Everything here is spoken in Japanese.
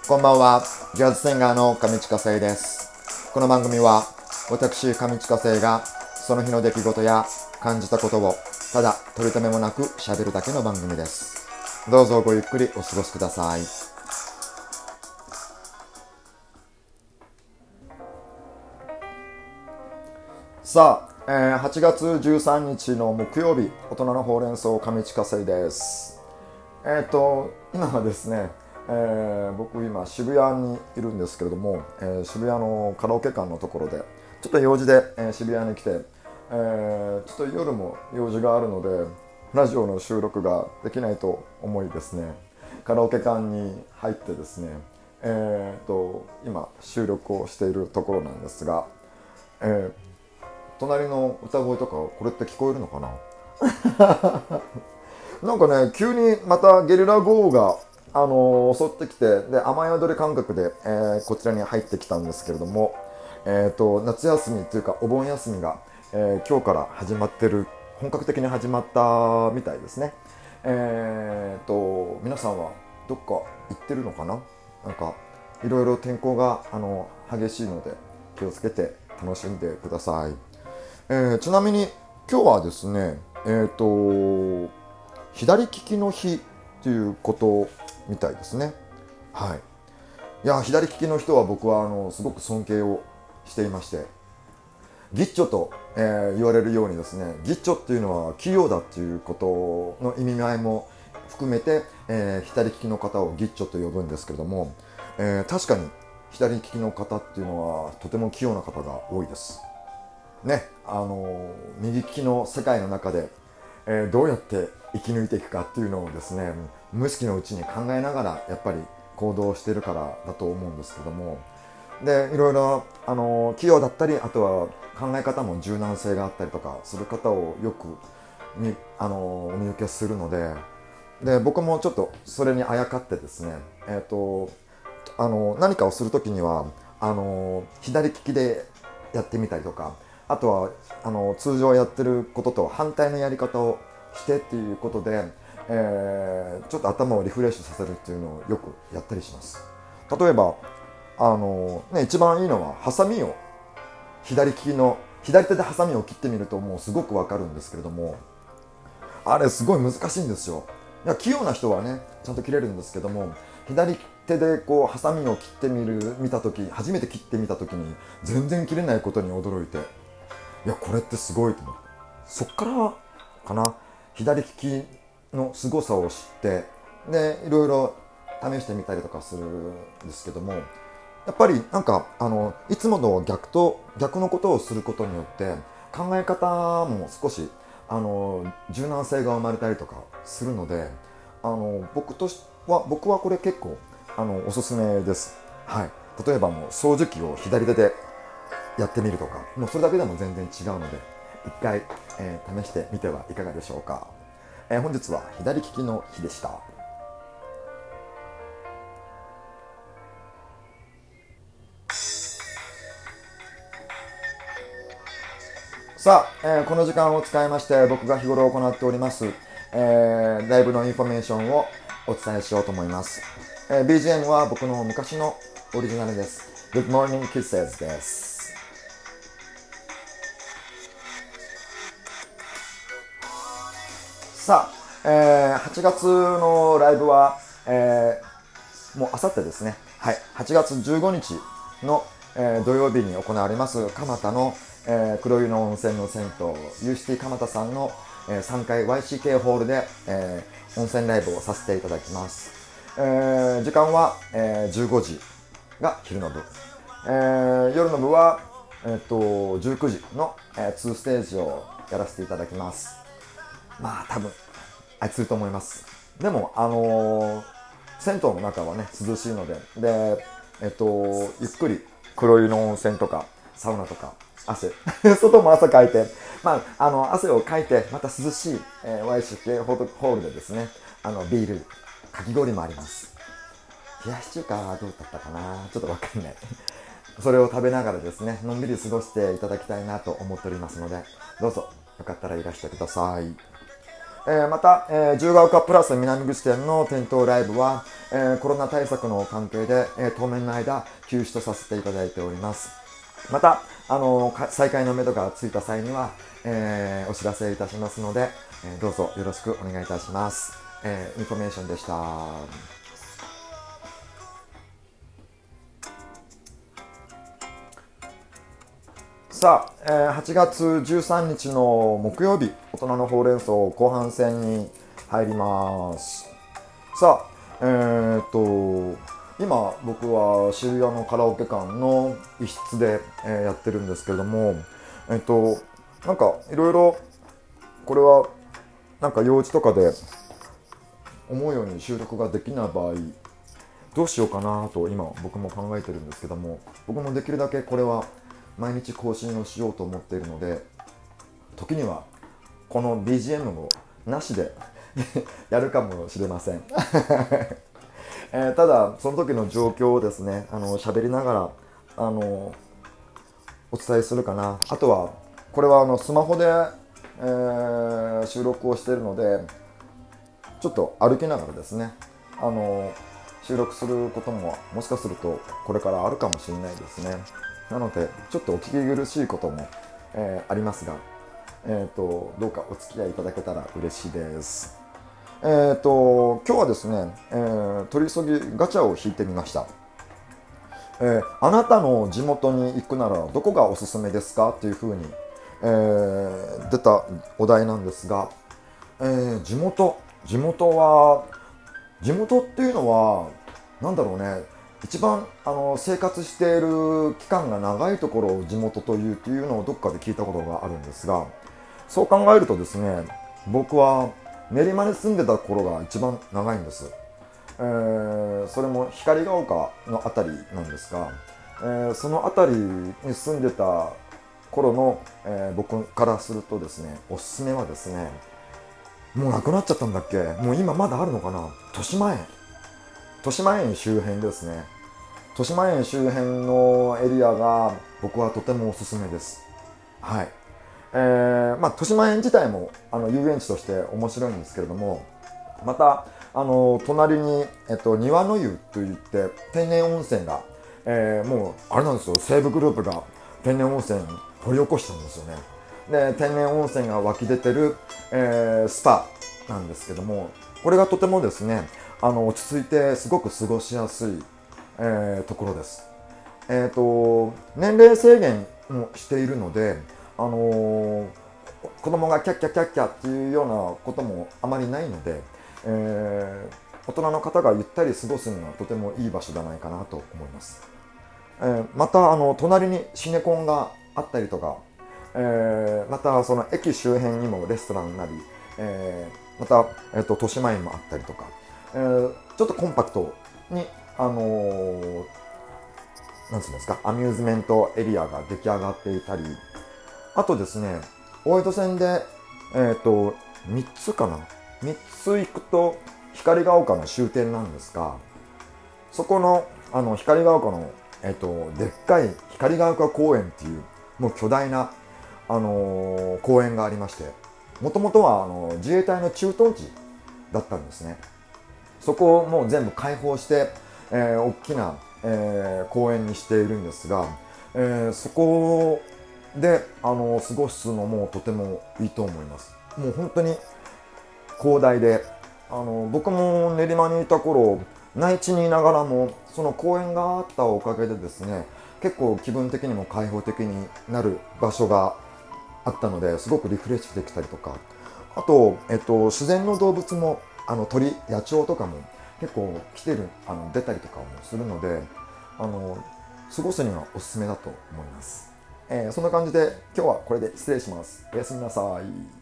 こんばんは、ジャズシンガーの上地下生です。この番組は私上地下生がその日の出来事や感じたことをただ取り留めもなく喋るだけの番組です。どうぞごゆっくりお過ごしください。さあ、8月13日の木曜日、大人のほうれん草上地下生です。今はですね、僕今渋谷にいるんですけれども、渋谷のカラオケ館のところでちょっと用事で、渋谷に来て、ちょっと夜も用事があるのでラジオの収録ができないと思いですね、カラオケ館に入ってですね、今収録をしているところなんですが、隣の歌声とかこれって聞こえるのかななんかね、急にまたゲリラ豪雨が、襲ってきて、で雨宿り感覚で、こちらに入ってきたんですけれども、夏休みというかお盆休みが、今日から始まってる、本格的に始まったみたいですね。皆さんはどっか行ってるのかな。なんかいろいろ天候が激しいので気をつけて楽しんでください。ちなみに今日はですね、左利きの日ということみたいですね。はい。いや、左利きの人は僕はすごく尊敬をしていまして、ギッチョと、言われるようにですね、ギッチョっていうのは器用だっていうことの意味合いも含めて、左利きの方をギッチョと呼ぶんですけれども、確かに左利きの方っていうのはとても器用な方が多いですね。右利きの世界の中で、どうやって生き抜いていくかっていうのをですね、無意識のうちに考えながらやっぱり行動しているからだと思うんですけども、でいろいろ器用だったり、あとは考え方も柔軟性があったりとかする方をよくお見受けするので、僕もちょっとそれにあやかってですね、何かをするときには左利きでやってみたりとか、あとは通常やってることと反対のやり方をしてっていうことで、ちょっと頭をリフレッシュさせるっていうのをよくやったりします。例えば一番いいのはハサミを左手でハサミを切ってみるともうすごくわかるんですけれども、あれすごい難しいんですよ。いや、器用な人はねちゃんと切れるんですけども、左手でこうハサミを初めて切ってみた時に全然切れないことに驚いて、いやこれってすごいと思って、そっからかな、左利きの凄さを知って、でいろいろ試してみたりとかするんですけども、やっぱりなんかいつもの逆のことをすることによって考え方も少し柔軟性が生まれたりとかするので、僕はこれ結構おすすめです。はい。例えばもう掃除機を左手でやってみるとか、もうそれだけでも全然違うので一回、試してみてはいかがでしょうか。本日は左利きの日でした。さあ、この時間を使いまして僕が日頃行っております、ライブのインフォメーションをお伝えしようと思います。BGM は僕の昔のオリジナルです。Good Morning Kisses です。さあ、8月のライブは、もうあさってですね、はい、8月15日の、土曜日に行われます蒲田の、黒湯の温泉の銭湯ユーシティ蒲田さんの、3階 YCK ホールで、温泉ライブをさせていただきます。時間は、15時が昼の部、夜の部は、19時の、2ステージをやらせていただきます。まあ多分あいつると思います。でも銭湯の中はね涼しいので、ゆっくり黒湯の温泉とかサウナとか外も汗かいて、汗をかいてまた涼しい、YCK ホールでですね、ビールかき氷もあります。冷やし中華はどうだったかな、ちょっとわかんないそれを食べながらですね、のんびり過ごしていただきたいなと思っておりますので、どうぞよかったらいらしてください。 また、自由が丘プラス南口店の店頭ライブは、コロナ対策の関係で、当面の間休止とさせていただいております。また再開のめどがついた際には、お知らせいたしますので、どうぞよろしくお願いいたします。インフォメーションでした。さあ、8月13日の木曜日、大人のほうれん草後半戦に入ります。さあ、今僕は渋谷のカラオケ館の一室で、やってるんですけれども、なんかいろいろこれはなんか用事とかで思うように収録ができない場合どうしようかなと今僕も考えてるんですけども、僕もできるだけこれは毎日更新をしようと思っているので、時にはこの BGM をなしでやるかもしれませんただその時の状況をですね喋りながらお伝えするかな。あとはこれはスマホで、収録をしているのでちょっと歩きながらですね収録することももしかするとこれからあるかもしれないですね。なのでちょっとお聞き苦しいことも、ありますが、どうかお付き合いいただけたら嬉しいです。今日はですね、取り急ぎガチャを引いてみました。あなたの地元に行くならどこがおすすめですかっていう風に、出たお題なんですが、地元っていうのはなんだろうね、一番生活している期間が長いところを地元というのをどっかで聞いたことがあるんですが、そう考えるとですね、僕は練馬に住んでた頃が一番長いんです。それも光が丘のあたりなんですが、そのあたりに住んでた頃の、僕からするとですね、おすすめはですね、もうなくなっちゃったんだっけ、もう今まだあるのかな、豊島園周辺ですね。豊島園周辺のエリアが僕はとてもおすすめです。はい。豊島園自体も遊園地として面白いんですけれども、また隣に、庭の湯といって天然温泉が、もうあれなんですよ、西武グループが天然温泉掘り起こしたんですよね。で天然温泉が湧き出てる、スパなんですけども、これがとてもですね落ち着いてすごく過ごしやすい、ところです。年齢制限もしているので、子供がキャッキャキャッキャっていうようなこともあまりないので、大人の方がゆったり過ごすにはとてもいい場所じゃないかなと思います。また隣にシネコンがあったりとか、またその駅周辺にもレストランなり、また、豊島園もあったりとか、ちょっとコンパクトになんつうんですか、アミューズメントエリアが出来上がっていたり、あとですね、大江戸線で3つかな、3つ行くと光が丘の終点なんですが、そこの光が丘のでっかい光が丘公園っていうもう巨大な公園がありまして、もともとは自衛隊の駐屯地だったんですね。そこをもう全部開放して、大きな、公園にしているんですが、そこで過ごすのもとてもいいと思います。もう本当に広大で、僕も練馬にいた頃内地にいながらもその公園があったおかげでですね、結構気分的にも開放的になる場所があったので、すごくリフレッシュできたりとか、あと、自然の動物も鳥、野鳥とかも結構来てる出たりとかもするので、過ごすにはおすすめだと思います。そんな感じで今日はこれで失礼します。おやすみなさい。